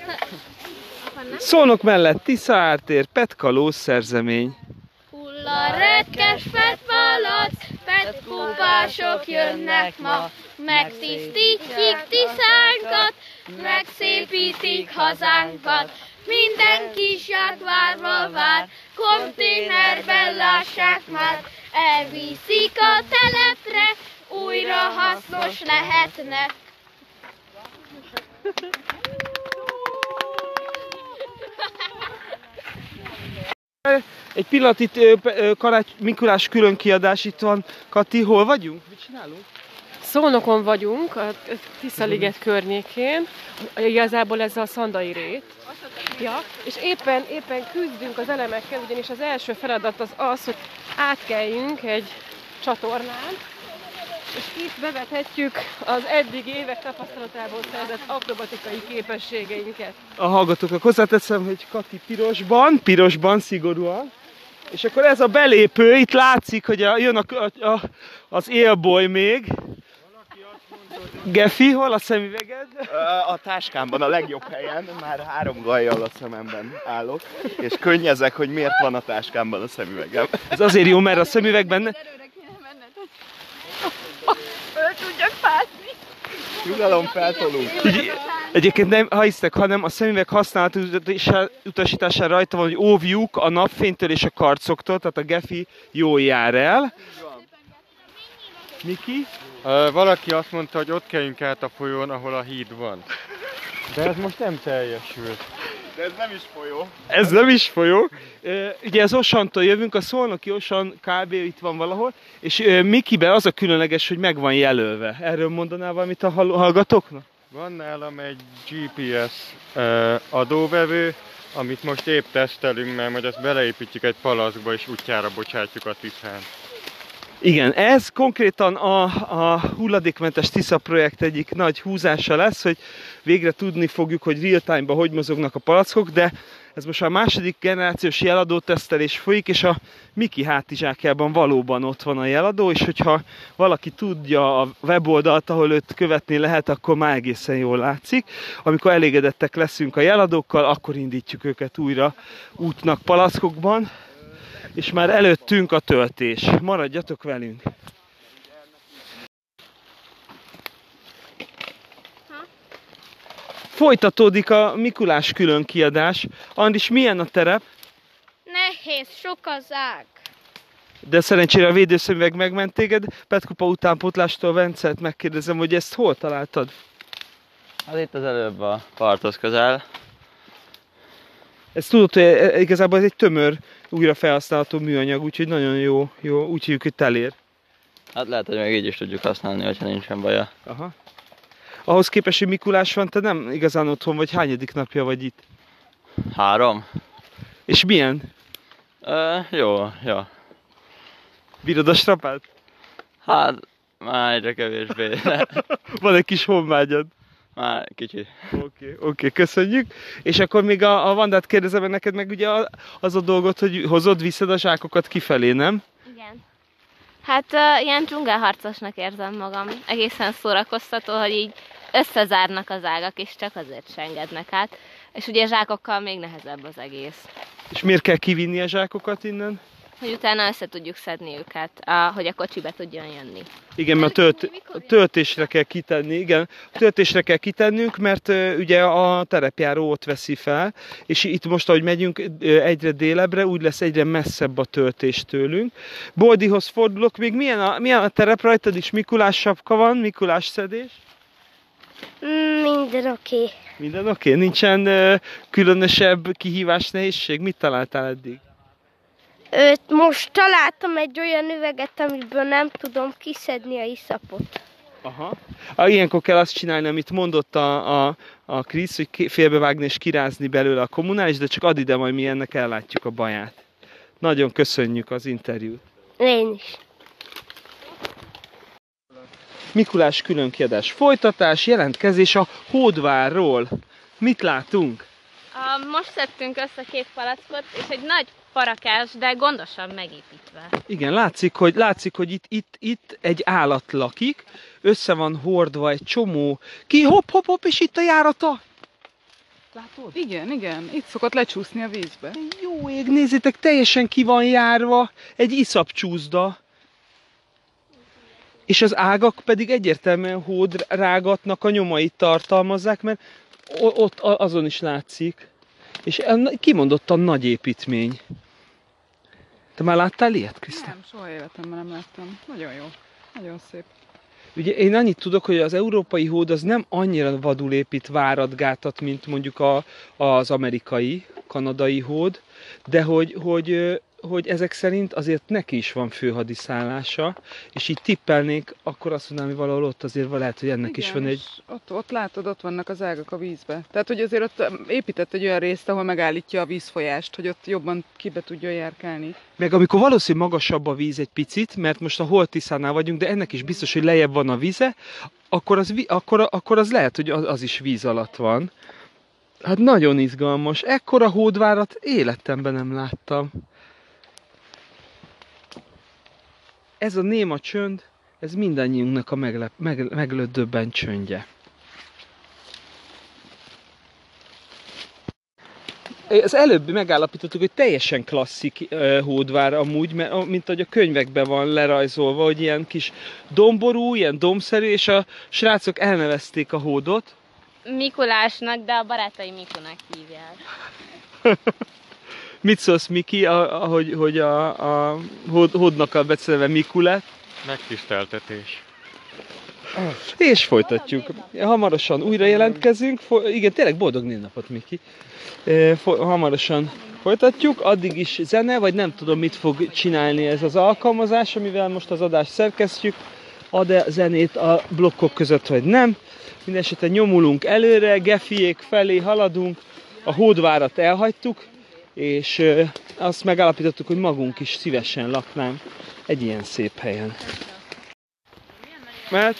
Szolnok mellett Tisza ártér, Petka lószerzemény. Hulla retkes petpalac, petkupások jönnek ma, megtisztítjuk Tiszánkat, megszépítik hazánkat. Minden kisját várva vár, konténerben lássák már, elviszik a telepre, újra hasznos lehetne. Egy pillanat, itt Mikulás külön kiadás, itt van. Kati, hol vagyunk? Mit csinálunk? Szolnokon vagyunk, a Tisza-liget környékén, igazából ez a Szandai rét. Ja, és éppen küzdünk az elemekkel, ugyanis az első feladat az, hogy átkeljünk egy csatornán, és itt bevethetjük az eddigi évek tapasztalatából szerzett akrobatikai képességeinket. A hallgatóknak hozzáteszem, hogy Kati pirosban szigorúan, és akkor ez a belépő, itt látszik, hogy jön az élboly még. Gefi, hol a szemüveged? A táskámban, a legjobb helyen, már 3 gajjal a szememben állok, és könnyezek, hogy miért van a táskámban a szemüvegem. Ez azért jó, mert a szemüvegben... Előre kéne menned, hogy föl tudjak fászni. Nyugalom, feltolunk. Egyébként nem, ha hisztek, hanem a szemüveg használat utasítására rajta van, hogy óvjuk a napfénytől és a karcoktól, tehát a Gefi jól jár el. Miki? Valaki azt mondta, hogy ott kelljünk át a folyón, ahol a híd van. De ez most nem teljesült. De ez nem is folyó. Ez nem is folyó. Ugye az Osantól jövünk, a szolnoki Osan kb. Itt van valahol, és Mikiben az a különleges, hogy meg van jelölve. Erről mondanál valamit a hallgatóknak? Van nálam egy GPS adóvevő, amit most épp tesztelünk, mert majd ezt beleépítjük egy palackba, és útjára bocsátjuk a Tiszán. Igen, ez konkrétan a hulladékmentes Tisza projekt egyik nagy húzása lesz, hogy végre tudni fogjuk, hogy real-time-ban hogy mozognak a palackok, de ez most a második generációs jeladó tesztelés folyik, és a Miki hátizsákjában valóban ott van a jeladó, és hogyha valaki tudja a weboldalt, ahol őt követni lehet, akkor már egészen jól látszik. Amikor elégedettek leszünk a jeladókkal, akkor indítjuk őket újra útnak palackokban. És már előttünk a töltés. Maradjatok velünk! Folytatódik a Mikulás külön kiadás. Andris, milyen a terep? Nehéz, sok az ág. De szerencsére a védőszemüveg megment téged. Petkupa utánpótlástól Vencelt megkérdezem, hogy ezt hol találtad? Hát itt az előbb a parthoz közel. Ezt tudod, hogy igazából ez egy tömör, újra felhasználható műanyag, úgyhogy nagyon jó, úgy hívjuk, hogy telér. Hát lehet, hogy még így is tudjuk használni, hogyha nincsen baja. Aha. Ahhoz képest, hogy Mikulás van, te nem igazán otthon vagy, hányadik napja vagy itt? 3. És milyen? Jó. Bírod a strapát? Hát, már egyre kevésbé. Van egy kis honvágyad? Már kicsi. Oké, köszönjük. És akkor még a Vandát kérdezem meg neked, meg ugye az a dolgot, hogy viszed a zsákokat kifelé, nem? Igen. Hát ilyen dzsungelharcosnak érzem magam. Egészen szórakoztató, hogy így összezárnak az ágak, és csak azért se engednek át. És ugye zsákokkal még nehezebb az egész. És miért kell kivinni a zsákokat innen? Hogy utána össze tudjuk szedni őket, hogy a kocsi be tudjon jönni. Igen, mert a töltésre kell kitenni, igen. A töltésre kell kitennünk, mert ugye a terepjáró ott veszi fel, és itt most, ahogy megyünk egyre délebbre, úgy lesz egyre messzebb a töltés tőlünk. Boldihoz fordulok, még milyen a terep rajtad is? Mikulás sapka van, Mikulás szedés? Minden oké. Minden oké? Nincsen különösebb kihívás, nehézség? Mit találtál eddig? Most találtam egy olyan üveget, amiből nem tudom kiszedni a iszapot. Aha. Ilyenkor kell azt csinálni, amit mondott a Krisz, hogy félbevágni és kirázni belőle a kommunális, de csak add ide, majd mi ennek ellátjuk a baját. Nagyon köszönjük az interjút. Én is. Mikulás különkiadás folytatás, jelentkezés a Hódvárról. Mit látunk? Most szedtünk össze 2 palackot, és egy nagy parakás, de gondosan megépítve. Igen, látszik, hogy itt egy állat lakik, össze van hordva egy csomó. Hopp, és itt a járata! Látod? Igen, igen. Itt szokott lecsúszni a vízbe. Jó ég, nézzétek, teljesen ki van járva egy iszapcsúszda. És az ágak pedig egyértelműen hódrágatnak a nyomait tartalmazzák, mert ott azon is látszik. És kimondottan nagy építmény. Te már láttál ilyet, Kriszta? Nem, soha életemben nem láttam. Nagyon jó. Nagyon szép. Ugye én annyit tudok, hogy az európai hód az nem annyira vadul épít várat, gátat, mint mondjuk az amerikai, kanadai hód, de hogy ezek szerint azért neki is van főhadiszállása, és így tippelnék, akkor azt mondanám, hogy valahol ott azért lehet, hogy ennek is van egy... Ott látod, ott vannak az ágak a vízbe. Tehát, hogy azért ott épített egy olyan részt, ahol megállítja a vízfolyást, hogy ott jobban kibe tudjon járkálni. Meg amikor valószínűleg magasabb a víz egy picit, mert most a Holt-Tiszánál vagyunk, de ennek is biztos, hogy lejjebb van a vize, akkor az lehet, hogy az is víz alatt van. Hát nagyon izgalmas. Ekkora hódvárat életemben nem láttam. Ez a néma csönd, ez mindannyiunknak a meglődőbben csöndje. Az előbb megállapítottuk, hogy teljesen klasszik hódvár amúgy, mert mint ahogy a könyvekben van lerajzolva, hogy ilyen kis domború, ilyen dombszerű, és a srácok elnevezték a hódot. Mikulásnak, de a barátai Mikunak hívják. Mit szólsz, Miki, hogy a hódnak a beceneve Miku lett? Megtiszteltetés. És folytatjuk. Hamarosan újra jelentkezünk. Igen, tényleg boldog névnapot, Miki. Hamarosan folytatjuk. Addig is zene, vagy nem tudom, mit fog csinálni ez az alkalmazás, amivel most az adást szerkesztjük. Ad-e zenét a blokkok között, vagy nem. Mindenesetre nyomulunk előre, Gefiék felé haladunk. A hódvárat elhagytuk, és azt megállapítottuk, hogy magunk is szívesen laknánk egy ilyen szép helyen. Mert?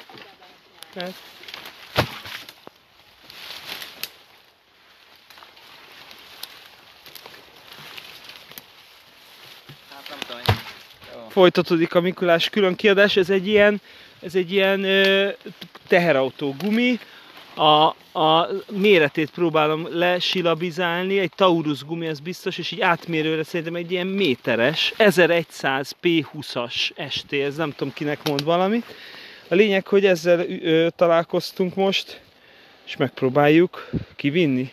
Folytatódik a Mikulás külön kiadás, ez egy ilyen teherautó gumi. A méretét próbálom lesilabizálni, egy Taurus gumi, ez biztos, és így átmérőre szerintem egy ilyen méteres, 1100 P20-as ST, ez nem tudom kinek mond valami. A lényeg, hogy ezzel találkoztunk most, és megpróbáljuk kivinni.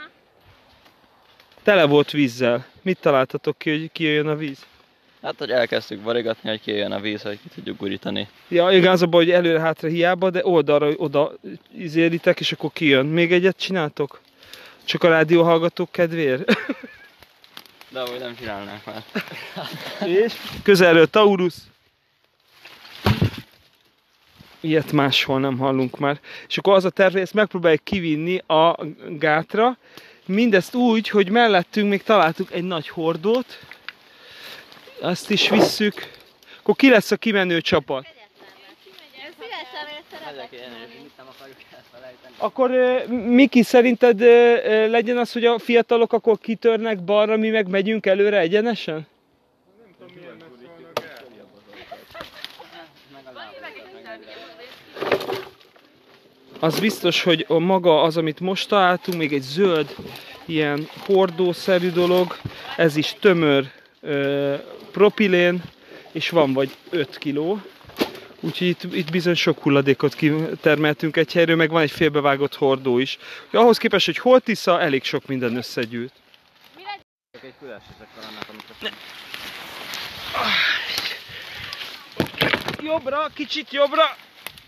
Tele volt vízzel. Mit találtatok ki, hogy kijöjjön a víz? Hát, hogy elkezdtük varigatni, hogy kijöjjön a víz, hogy ki tudjuk gurítani. Ja, igaz, az a baj, hogy előre-hátra hiába, de oldalra oda izéritek, és akkor kijön. Még egyet csináltok? Csak a rádióhallgatók kedvéért? De ahogy nem csinálnánk már. És közelről Taurus. Ilyet máshol nem hallunk már. És akkor az a terv, hogy ezt megpróbáljuk kivinni a gátra. Mindezt úgy, hogy mellettünk még találtuk egy nagy hordót. Azt is visszük. Akkor ki lesz a kimenő csapat? Akkor Miki, szerinted legyen az, hogy a fiatalok akkor kitörnek balra, mi meg megyünk előre egyenesen? Nem tudom, milyen messze van a gát. Az biztos, hogy a maga az, amit most találtunk, még egy zöld, ilyen hordószerű dolog, ez is tömör propilén, és van vagy 5 kiló. Úgyhogy itt bizony sok hulladékot kitermeltünk egy helyről, meg van egy félbevágott hordó is. Ahhoz képest, hogy Holt-Tisza, elég sok minden összegyűlt. Jobbra, kicsit jobbra!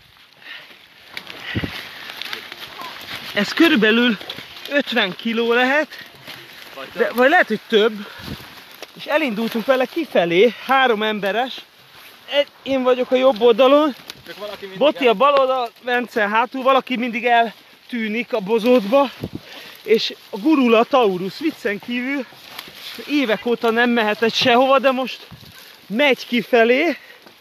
Ez körülbelül 50 kiló lehet, de, vagy lehet, hogy több. És elindultunk vele kifelé, 3 emberes. Én vagyok a jobb oldalon, Boti a bal oldal, Bence hátul, valaki mindig eltűnik a bozótba. És a gurula, a Taurus viccen kívül évek óta nem mehetett sehova, de most megy kifelé.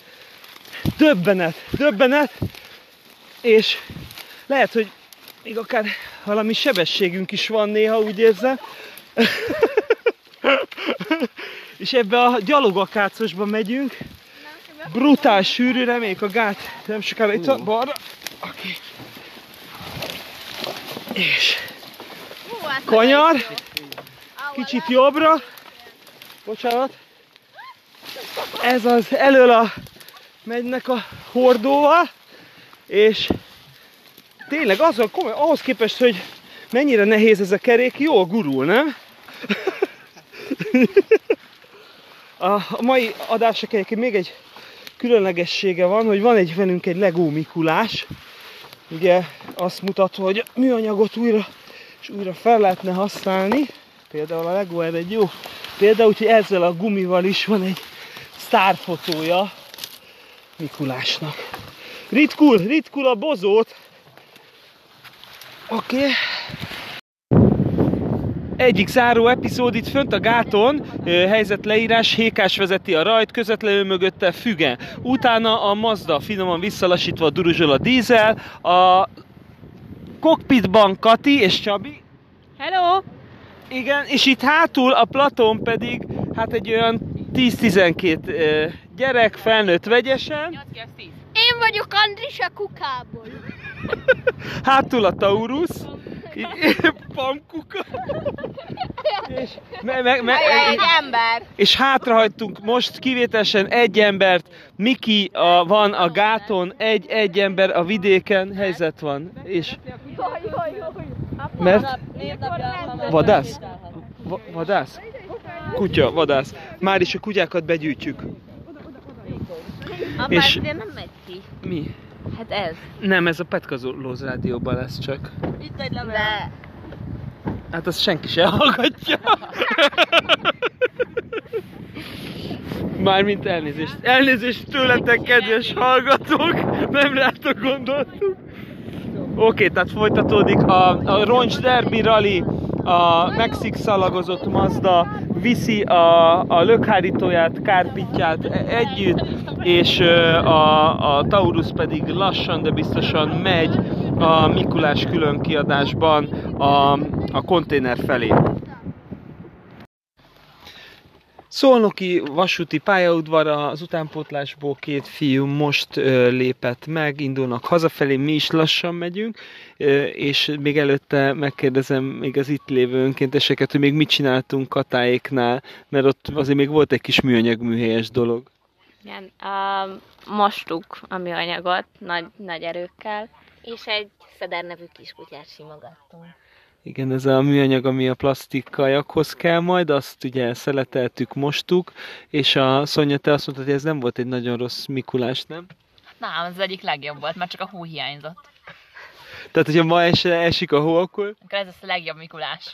Döbbenet. És lehet, hogy még akár valami sebességünk is van néha, úgy érzem. És ebbe a gyalogakácosba megyünk. Brutál sűrű, reméljük a gát nem sokára itt van balra. Okay. És Kanyar. Kicsit jobbra. Bocsánat. Ez az elől megynek a hordóval. És tényleg azon komoly, ahhoz képest, hogy mennyire nehéz ez a kerék, jól gurul, nem? A mai adásnak egyébként még egy különlegessége van, hogy van velünk egy Lego Mikulás. Ugye azt mutatva, hogy a műanyagot újra és újra fel lehetne használni. Például a Lego erre egy jó példa, úgyhogy ezzel a gumival is van egy sztárfotója Mikulásnak. Ritkul a bozót. Oké. Egyik záró epizód itt fönt a gáton, helyzetleírás, Hékás vezeti a rajt, közvetlenül mögötte Füge. Utána a Mazda finoman visszalassítva duruzsol a dízel, a kokpitban Kati és Csabi. Hello! Igen, és itt hátul a platón pedig hát egy olyan 10-12 gyerek, felnőtt vegyesen. Én vagyok Andris a kukából. Hátul a Taurus. Pamkuka. És, egy ember. és hátrahagytunk most kivételesen egy embert. Miki van a gáton, egy ember a vidéken, helyzet van. És mert vadász? Vadász? Kutya, vadász. Már is a kutyákat begyűjtjük. Apa, És- de nem megy ki. Mi? Hát ez. Nem, ez a Petkalóz rádióban lesz csak. Itt egy level. De... Hát azt senki se hallgatja. Mármint elnézést. Elnézést tőletek, kedves hallgatók. Nem rátok gondoltuk. Oké, tehát folytatódik a Roncs Derby Rally. A Mexik szalagozott Mazda viszi a lökhárítóját, kárpitját együtt, és a Taurus pedig lassan, de biztosan megy a Mikulás különkiadásban a konténer felé. Szolnoki vasúti pályaudvara, az utánpótlásból 2 fiú most lépett meg, indulnak hazafelé, mi is lassan megyünk, és még előtte megkérdezem még az itt lévő önkénteseket, hogy még mit csináltunk Katáéknál, mert ott azért még volt egy kis műanyag műhelyes dolog. Igen, mostuk a műanyagot nagy erőkkel, és egy Szeder nevű kiskutyát simogattunk. Igen, ez a műanyag, ami a plastikkajakhoz kell majd, azt ugye szeleteltük, mostuk, és a Szonya, te azt mondtad, hogy ez nem volt egy nagyon rossz Mikulás, nem? Nem, ez az egyik legjobb volt, mert csak a hó hiányzott. Tehát, hogyha ma esik a hó, akkor... Akkor ez lesz a legjobb Mikulás.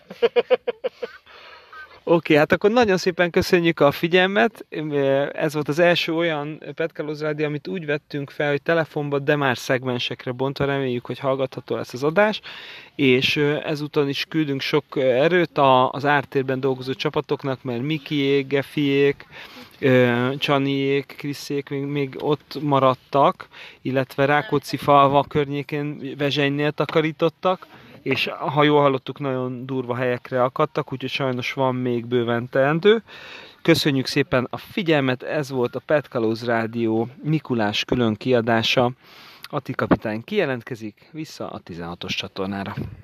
Oké, hát akkor nagyon szépen köszönjük a figyelmet. Ez volt az első olyan Petkalóz Rádió, amit úgy vettünk fel, hogy telefonba, de már szegmensekre bontva, reméljük, hogy hallgatható lesz az adás. És ezúton is küldünk sok erőt az ártérben dolgozó csapatoknak, mert Mikiék, Gefiék, Csaniék, Kriszék még ott maradtak, illetve Rákóczi-falva környékén Vezsenynél takarítottak, és ha jól hallottuk, nagyon durva helyekre akadtak, úgyhogy sajnos van még bőven teendő. Köszönjük szépen a figyelmet, ez volt a Petkalóz Rádió Mikulás külön kiadása. Ati kapitány kijelentkezik, vissza a 16-os csatornára.